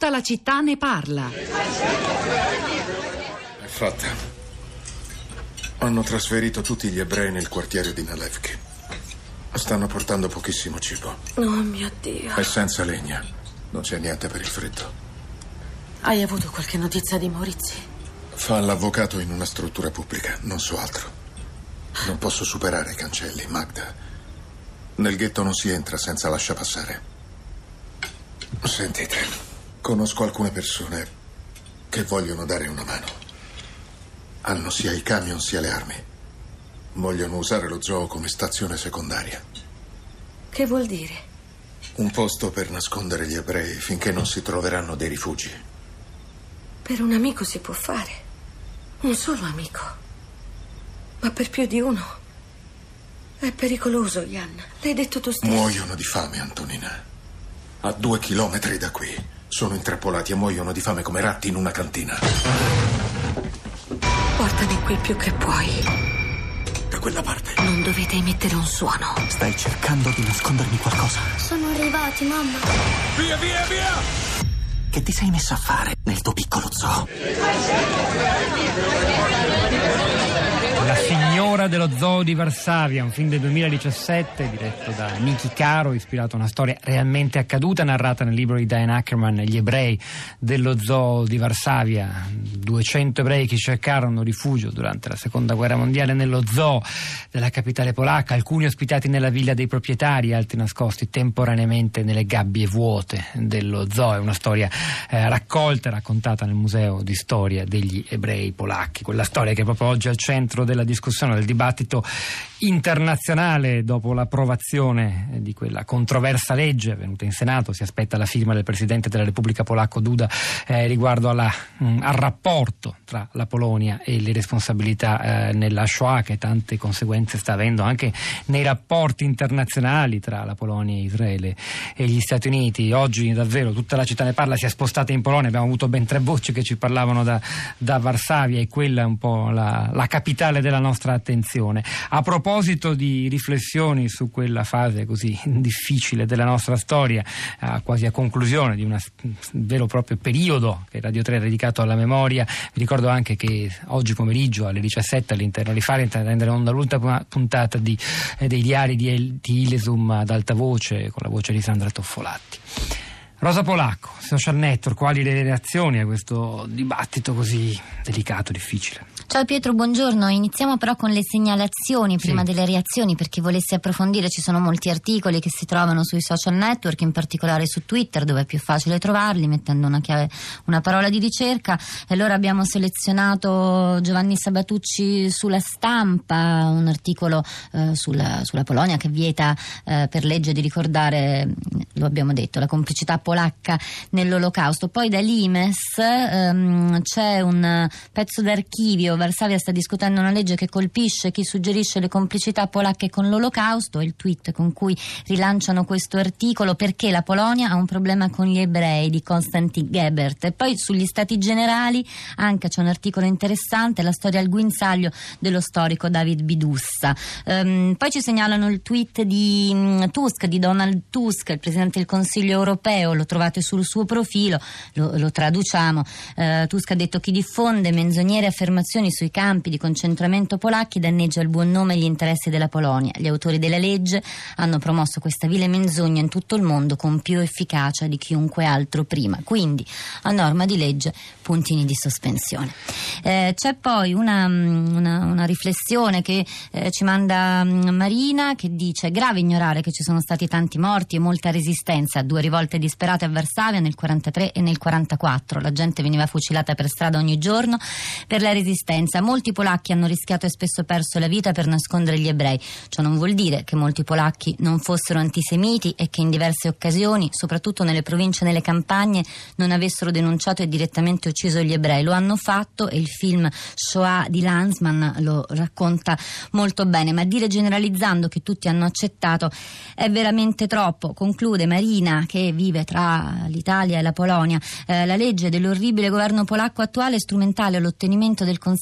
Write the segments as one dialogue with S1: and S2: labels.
S1: Tutta la città ne parla.
S2: È fatta. Hanno trasferito tutti gli ebrei nel quartiere di Nalevki. Stanno portando pochissimo cibo.
S3: Oh mio Dio.
S2: E senza legna. Non c'è niente per il freddo.
S3: Hai avuto qualche notizia di Maurizio?
S2: Fa l'avvocato in una struttura pubblica, non so altro. Non posso superare i cancelli, Magda. Nel ghetto non si entra senza lasciapassare. Sentite, conosco alcune persone che vogliono dare una mano. Hanno sia i camion sia le armi. Vogliono usare lo zoo come stazione secondaria.
S3: Che vuol dire?
S2: Un posto per nascondere gli ebrei finché non si troveranno dei rifugi.
S3: Per un amico si può fare. Un solo amico. Ma per più di uno è pericoloso, Jan. L'hai detto tu stesso.
S2: Muoiono di fame, Antonina. A 2 chilometri da qui. Sono intrappolati e muoiono di fame come ratti in una cantina.
S3: Portami qui il più che puoi.
S2: Da quella parte.
S3: Non dovete emettere un suono.
S4: Stai cercando di nascondermi qualcosa.
S5: Sono arrivati, mamma.
S2: Via, via, via!
S4: Che ti sei messa a fare nel tuo piccolo zoo?
S6: La signora dello zoo di Varsavia, un film del 2017 diretto da Niki Caro, ispirato a una storia realmente accaduta, narrata nel libro di Diane Ackerman, Gli ebrei dello zoo di Varsavia. 200 ebrei che cercarono rifugio durante la seconda guerra mondiale nello zoo della capitale polacca, alcuni ospitati nella villa dei proprietari, altri nascosti temporaneamente nelle gabbie vuote dello zoo. È una storia raccolta e raccontata nel Museo di Storia degli Ebrei Polacchi, quella storia che è proprio oggi al centro della discussione, del dibattito internazionale dopo l'approvazione di quella controversa legge venuta in Senato. Si aspetta la firma del Presidente della Repubblica Polacco Duda riguardo al rapporto tra la Polonia e le responsabilità nella Shoah, che tante conseguenze sta avendo anche nei rapporti internazionali tra la Polonia, Israele e gli Stati Uniti. Oggi davvero tutta la città ne parla, si è spostata in Polonia, abbiamo avuto ben 3 voci che ci parlavano da Varsavia, e quella è un po' la capitale della nostra attenzione. A proposito di riflessioni su quella fase così difficile della nostra storia, quasi a conclusione di un vero e proprio periodo che Radio 3 ha dedicato alla memoria, vi ricordo anche che oggi pomeriggio alle 17 all'interno di Fahrenheit andrà in onda l'ultima puntata dei diari di Ilesum ad alta voce, con la voce di Sandra Toffolatti. Rosa Polacco, Social Network, quali le reazioni a questo dibattito così delicato, difficile?
S5: Ciao Pietro, buongiorno. Iniziamo però con le segnalazioni prima delle reazioni. Per chi volesse approfondire, ci sono molti articoli che si trovano sui social network, in particolare su Twitter, dove è più facile trovarli mettendo una parola di ricerca. E allora abbiamo selezionato Giovanni Sabatucci sulla Stampa, un articolo sulla Polonia che vieta per legge di ricordare, lo abbiamo detto, la complicità polacca nell'Olocausto. Poi da Limes c'è un pezzo d'archivio. Varsavia sta discutendo una legge che colpisce chi suggerisce le complicità polacche con l'Olocausto, il tweet con cui rilanciano questo articolo, perché la Polonia ha un problema con gli ebrei, di Konstantin Gebert. E poi sugli Stati Generali anche c'è un articolo interessante, la storia al guinzaglio dello storico David Bidussa. Poi ci segnalano il tweet di Tusk, di Donald Tusk, il Presidente del Consiglio europeo, lo trovate sul suo profilo, lo traduciamo. Tusk ha detto: chi diffonde menzognere affermazioni sui campi di concentramento polacchi danneggia il buon nome e gli interessi della Polonia. Gli autori della legge hanno promosso questa vile menzogna in tutto il mondo con più efficacia di chiunque altro prima. Quindi, a norma di legge, puntini di sospensione. C'è poi una riflessione che ci manda Marina, che dice: grave ignorare che ci sono stati tanti morti e molta resistenza, 2 rivolte disperate a Varsavia nel 43 e nel 44. La gente veniva fucilata per strada ogni giorno per la resistenza. Molti polacchi hanno rischiato e spesso perso la vita per nascondere gli ebrei. Ciò non vuol dire che molti polacchi non fossero antisemiti e che in diverse occasioni, soprattutto nelle province e nelle campagne, non avessero denunciato e direttamente ucciso gli ebrei. Lo hanno fatto e il film Shoah di Lanzmann lo racconta molto bene, ma dire generalizzando che tutti hanno accettato è veramente troppo. Conclude Marina, che vive tra l'Italia e la Polonia. La legge dell'orribile governo polacco attuale è strumentale all'ottenimento del consenso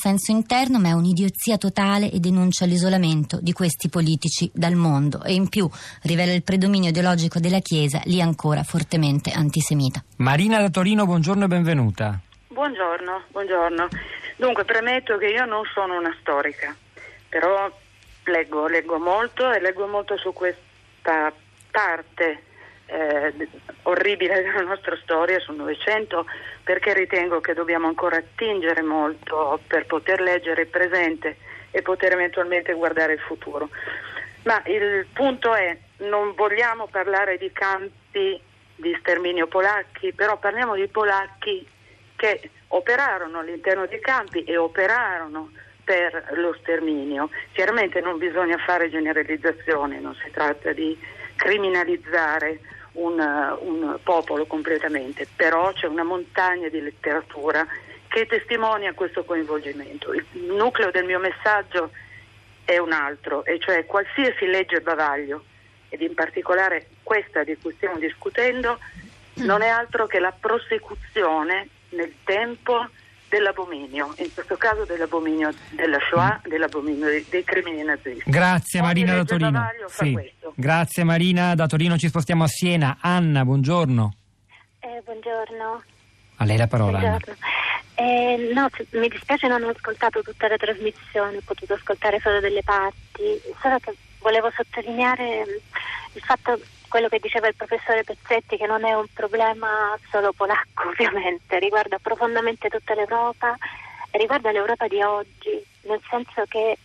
S5: senso interno, ma è un'idiozia totale e denuncia l'isolamento di questi politici dal mondo, e in più rivela il predominio ideologico della Chiesa, lì ancora fortemente antisemita.
S6: Marina da Torino, buongiorno e benvenuta.
S1: Buongiorno. Dunque, premetto che io non sono una storica, però leggo molto su questa parte orribile della nostra storia, sul Novecento, perché ritengo che dobbiamo ancora attingere molto per poter leggere il presente e poter eventualmente guardare il futuro. Ma il punto è, non vogliamo parlare di campi di sterminio polacchi, però parliamo di polacchi che operarono all'interno dei campi e operarono per lo sterminio. Chiaramente non bisogna fare generalizzazioni, non si tratta di criminalizzare un popolo completamente, però c'è una montagna di letteratura che testimonia questo coinvolgimento. Il nucleo del mio messaggio è un altro, e cioè qualsiasi legge bavaglio, ed in particolare questa di cui stiamo discutendo, non è altro che la prosecuzione nel tempo dell'abominio, in questo caso dell'abominio della Shoah, dell'abominio dei crimini nazisti.
S6: Grazie Marina da Torino. Grazie Marina da Torino, ci spostiamo a Siena. Anna, buongiorno.
S7: Buongiorno.
S6: A lei la parola.
S7: Buongiorno. No, mi dispiace non ho ascoltato tutta la trasmissione, ho potuto ascoltare solo delle parti, solo che volevo sottolineare il fatto, quello che diceva il professore Pezzetti, che non è un problema solo polacco, ovviamente, riguarda profondamente tutta l'Europa, riguarda l'Europa di oggi, nel senso che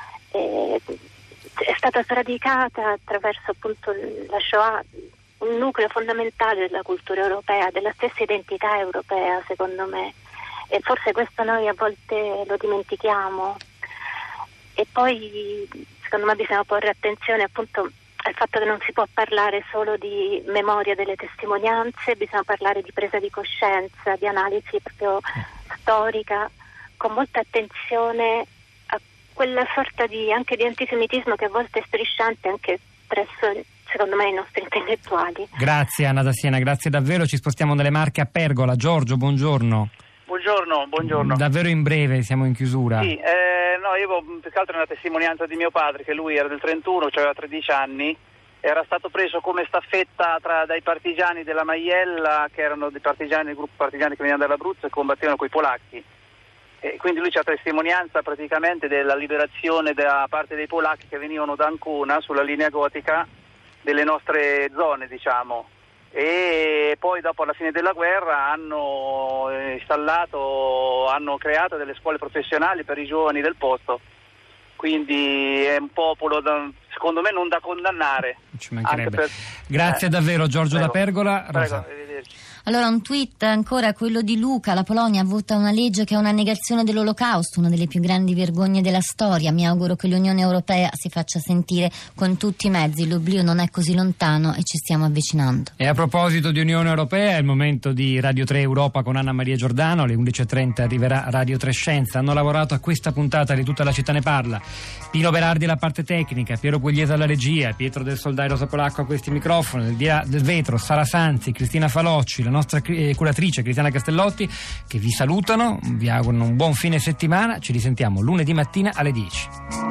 S7: è stata sradicata attraverso appunto la Shoah un nucleo fondamentale della cultura europea, della stessa identità europea, secondo me, e forse questo noi a volte lo dimentichiamo. E poi secondo me bisogna porre attenzione appunto al fatto che non si può parlare solo di memoria delle testimonianze, bisogna parlare di presa di coscienza, di analisi proprio storica, con molta attenzione a quella sorta di anche di antisemitismo che a volte è strisciante anche presso, secondo me, i nostri intellettuali.
S6: Grazie Anna da Siena, grazie davvero. Ci spostiamo dalle Marche a Pergola. Giorgio, buongiorno.
S8: Buongiorno.
S6: Davvero in breve, siamo in chiusura.
S8: Sì, no, io più che altro una testimonianza di mio padre, che lui era del 31, aveva 13 anni, era stato preso come staffetta dai partigiani della Maiella, che erano dei partigiani, del gruppo partigiani che venivano dall'Abruzzo e combattevano coi polacchi. E quindi lui c'ha testimonianza praticamente della liberazione da parte dei polacchi che venivano da Ancona sulla linea gotica delle nostre zone, diciamo. E poi dopo, alla fine della guerra, hanno creato delle scuole professionali per i giovani del posto, quindi è un popolo secondo me non da condannare.
S6: Ci mancherebbe. Grazie davvero Giorgio da Pergola.
S8: Prego, arrivederci.
S5: Allora un tweet ancora, quello di Luca: la Polonia vota una legge che è una negazione dell'Olocausto, una delle più grandi vergogne della storia. Mi auguro che l'Unione Europea si faccia sentire con tutti i mezzi, l'oblio non è così lontano e ci stiamo avvicinando.
S6: E a proposito di Unione Europea, è il momento di Radio 3 Europa con Anna Maria Giordano. Alle 11.30 arriverà Radio 3 Scienza. Hanno lavorato a questa puntata di Tutta la città ne parla Pino Berardi alla parte tecnica, Piero Pugliese alla regia, Pietro del Soldai Rosa Polacco a questi microfoni, del vetro Sara Sanzi, Cristina Falocci, la nostra curatrice Cristiana Castellotti, che vi salutano, vi augurano un buon fine settimana. Ci risentiamo lunedì mattina alle 10.